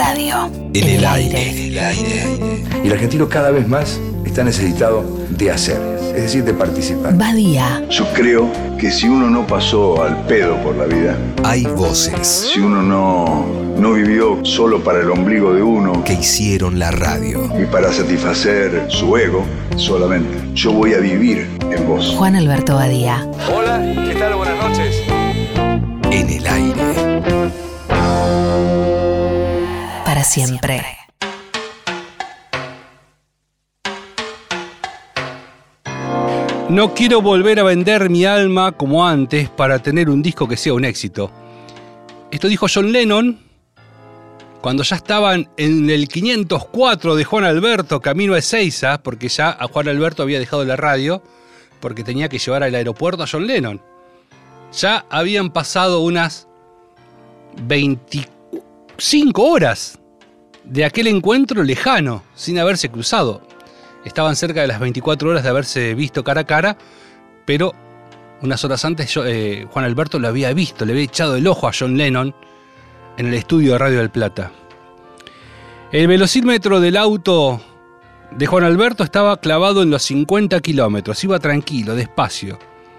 radio. En el aire. Y el argentino cada vez más está necesitado de hacer, es decir, de participar. Badía. Yo creo que si uno no pasó al pedo por la vida, Hay voces si uno no vivió solo para el ombligo de uno que hicieron la radio. y para satisfacer su ego solamente, yo voy a vivir en vos. Juan Alberto Badía. Hola, ¿qué tal? Buenas noches. En el aire. Para siempre. No quiero volver a vender mi alma como antes para tener un disco que sea un éxito. Esto dijo John Lennon cuando ya estaban en el 504 de Juan Alberto camino a Ezeiza, porque ya a Juan Alberto había dejado la radio porque tenía que llevar al aeropuerto a John Lennon. Ya habían pasado unas 25 horas de aquel encuentro lejano, sin haberse cruzado. Estaban cerca de las 24 horas de haberse visto cara a cara, pero unas horas antes Juan Alberto lo había visto, le había echado el ojo a John Lennon en el estudio de Radio del Plata. El velocímetro del auto de Juan Alberto estaba clavado en los 50 kilómetros, iba tranquilo, despacio.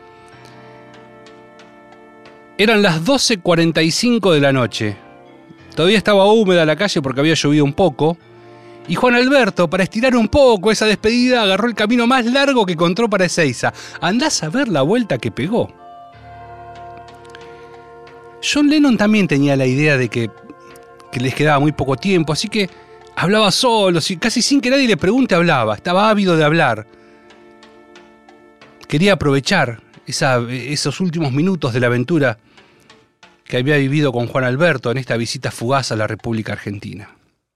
Eran las 12:45 de la noche. Todavía estaba húmeda la calle porque había llovido un poco. Y Juan Alberto, para estirar un poco esa despedida, agarró el camino más largo que encontró para Ezeiza. Andás a ver la vuelta que pegó. John Lennon también tenía la idea de que les quedaba muy poco tiempo, así que hablaba solo, casi sin que nadie le pregunte hablaba. Estaba ávido de hablar. Quería aprovechar esos últimos minutos de la aventura que había vivido con Juan Alberto en esta visita fugaz a la República Argentina.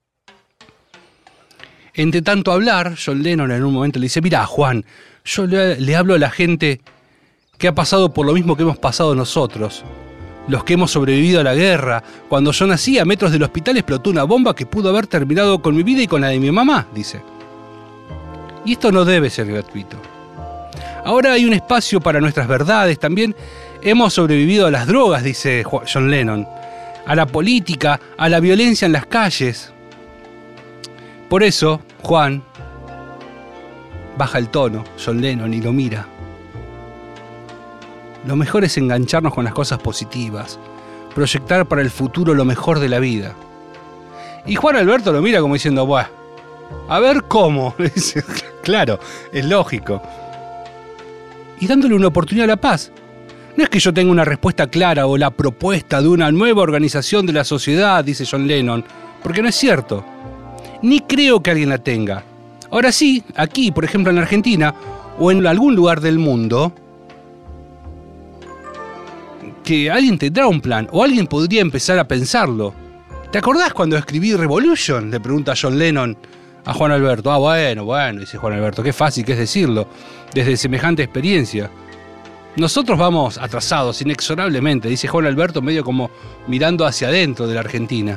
Entre tanto hablar, John Lennon en un momento le dice: mirá, Juan, yo le hablo a la gente que ha pasado por lo mismo que hemos pasado nosotros, los que hemos sobrevivido a la guerra. Cuando yo nací, a metros del hospital explotó una bomba que pudo haber terminado con mi vida y con la de mi mamá, dice. Y esto no debe ser gratuito. Ahora hay un espacio para nuestras verdades. También hemos sobrevivido a las drogas, dice John Lennon, a la política, a la violencia en las calles. Por eso, Juan baja el tono, John Lennon, y lo mira. Lo mejor es engancharnos con las cosas positivas, proyectar para el futuro lo mejor de la vida. Y Juan Alberto lo mira como diciendo: buah, a ver cómo. Claro, es lógico. Y dándole una oportunidad a la paz. No es que yo tenga una respuesta clara o la propuesta de una nueva organización de la sociedad, dice John Lennon, porque no es cierto. Ni creo que alguien la tenga. Ahora sí, aquí, por ejemplo en Argentina, o en algún lugar del mundo, que alguien tendrá un plan, o alguien podría empezar a pensarlo. ¿Te acordás cuando escribí Revolution?, le pregunta John Lennon a Juan Alberto. Ah, bueno, dice Juan Alberto, qué fácil que es decirlo, desde semejante experiencia. Nosotros vamos atrasados, inexorablemente, dice Juan Alberto, medio como mirando hacia adentro de la Argentina.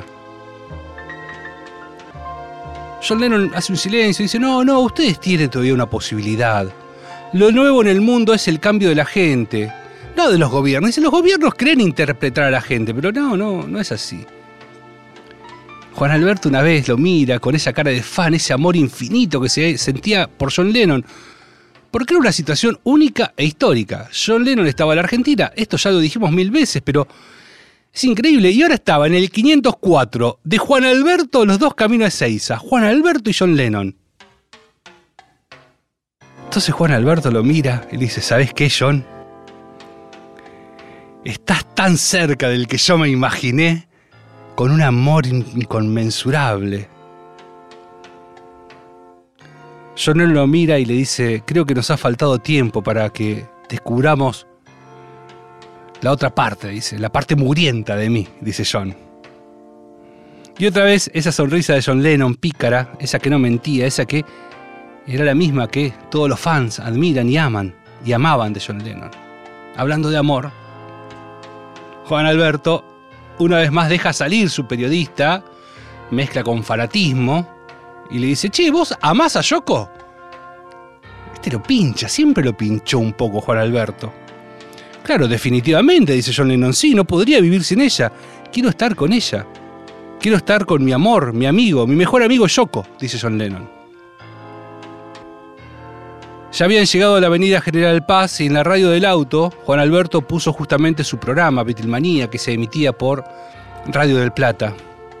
John Lennon hace un silencio y dice: no, ustedes tienen todavía una posibilidad. Lo nuevo en el mundo es el cambio de la gente, no de los gobiernos. Dice: los gobiernos creen interpretar a la gente, pero no es así. Juan Alberto una vez lo mira con esa cara de fan, ese amor infinito que se sentía por John Lennon, porque era una situación única e histórica. John Lennon estaba en la Argentina, esto ya lo dijimos 1000 veces, pero es increíble. Y ahora estaba en el 504 de Juan Alberto, los dos caminos a Ezeiza, Juan Alberto y John Lennon. Entonces Juan Alberto lo mira y le dice: ¿sabés qué, John? Estás tan cerca del que yo me imaginé, con un amor inconmensurable. John Lennon lo mira y le dice: creo que nos ha faltado tiempo para que descubramos la otra parte, dice, la parte mugrienta de mí, dice John. Y otra vez esa sonrisa de John Lennon, pícara, esa que no mentía, esa que era la misma que todos los fans admiran y aman y amaban de John Lennon. Hablando de amor, Juan Alberto una vez más deja salir su periodista, mezcla con fanatismo y le dice: che, ¿vos amás a Yoko? Este lo pincha, siempre lo pinchó un poco Juan Alberto. Claro, definitivamente, dice John Lennon, sí, no podría vivir sin ella. Quiero estar con ella. Quiero estar con mi amor, mi amigo, mi mejor amigo Yoko, dice John Lennon. Ya habían llegado a la avenida General Paz y en la radio del auto, Juan Alberto puso justamente su programa, Beatlemanía, que se emitía por Radio del Plata.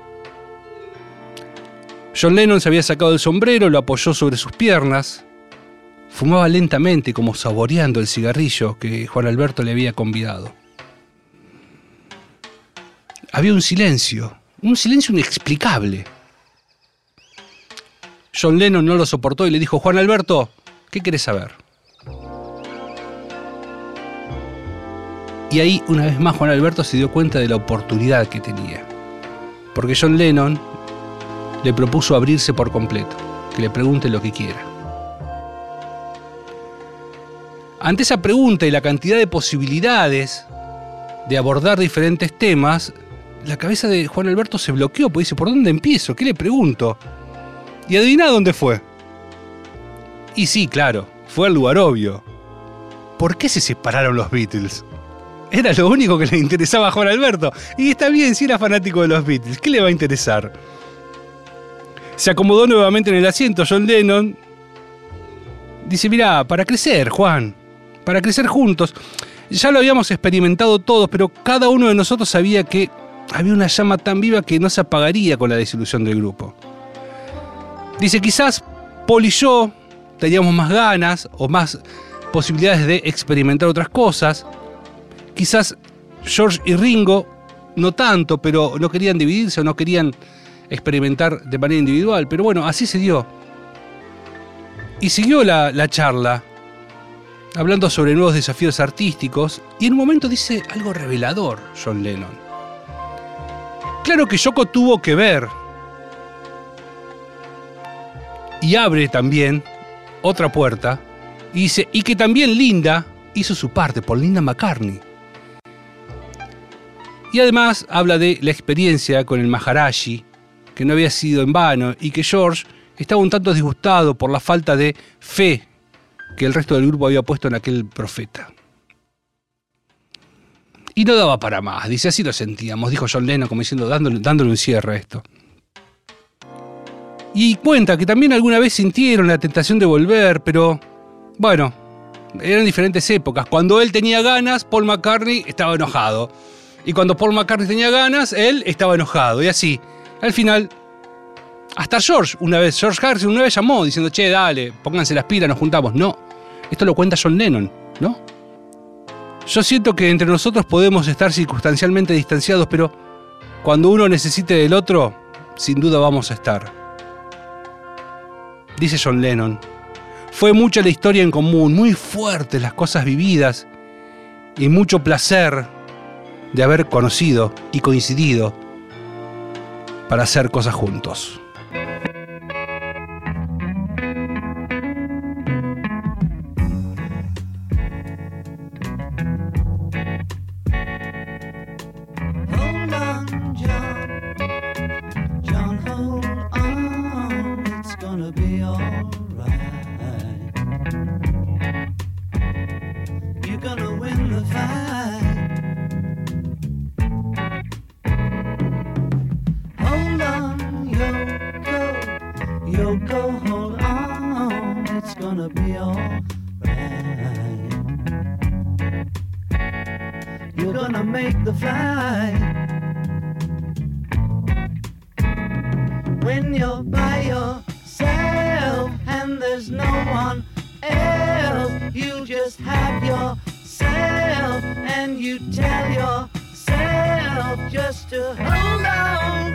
John Lennon se había sacado el sombrero, lo apoyó sobre sus piernas, fumaba lentamente como saboreando el cigarrillo que Juan Alberto le había convidado. Había un silencio inexplicable. John Lennon no lo soportó y le dijo: Juan Alberto, ¿qué querés saber? Y ahí, una vez más, Juan Alberto se dio cuenta de la oportunidad que tenía. Porque John Lennon le propuso abrirse por completo, que le pregunte lo que quiera. Ante esa pregunta y la cantidad de posibilidades de abordar diferentes temas, la cabeza de Juan Alberto se bloqueó, porque dice: ¿por dónde empiezo? ¿Qué le pregunto? Y adivina dónde fue. Y sí, claro, fue al lugar obvio. ¿Por qué se separaron los Beatles? Era lo único que le interesaba a Juan Alberto. Y está bien, si era fanático de los Beatles, ¿qué le va a interesar? Se acomodó nuevamente en el asiento. John Lennon dice: mirá, para crecer, Juan, para crecer juntos. Ya lo habíamos experimentado todos, pero cada uno de nosotros sabía que había una llama tan viva que no se apagaría con la disolución del grupo. Dice: quizás Paul y yo teníamos más ganas o más posibilidades de experimentar otras cosas. Quizás George y Ringo no tanto, pero no querían dividirse o no querían experimentar de manera individual. Pero bueno, así se dio. Y siguió la charla, hablando sobre nuevos desafíos artísticos, y en un momento dice algo revelador John Lennon. Claro que Yoko tuvo que ver, y abre también otra puerta, y dice, y que también Linda hizo su parte por Linda McCartney. Y además habla de la experiencia con el Maharishi, que no había sido en vano, y que George estaba un tanto disgustado por la falta de fe que el resto del grupo había puesto en aquel profeta. Y no daba para más, dice, así lo sentíamos, dijo John Lennon, como diciendo, dándole un cierre a esto. Y cuenta que también alguna vez sintieron la tentación de volver, pero bueno, eran diferentes épocas. Cuando él tenía ganas, Paul McCartney estaba enojado. Y cuando Paul McCartney tenía ganas, él estaba enojado. Y así, al final, hasta George Harrison una vez llamó diciendo, che, dale, pónganse las pilas, nos juntamos. No, esto lo cuenta John Lennon, ¿no? Yo siento que entre nosotros podemos estar circunstancialmente distanciados, pero cuando uno necesite del otro, sin duda vamos a estar. Dice John Lennon, fue mucha la historia en común, muy fuertes las cosas vividas y mucho placer de haber conocido y coincidido para hacer cosas juntos. When you're by yourself and there's no one else, you just have yourself and you tell yourself just to hold on.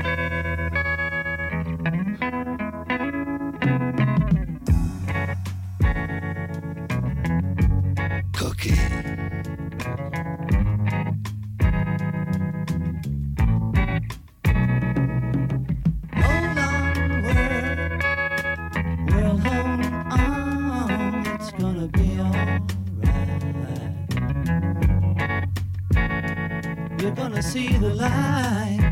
Cookie. You're gonna see the light.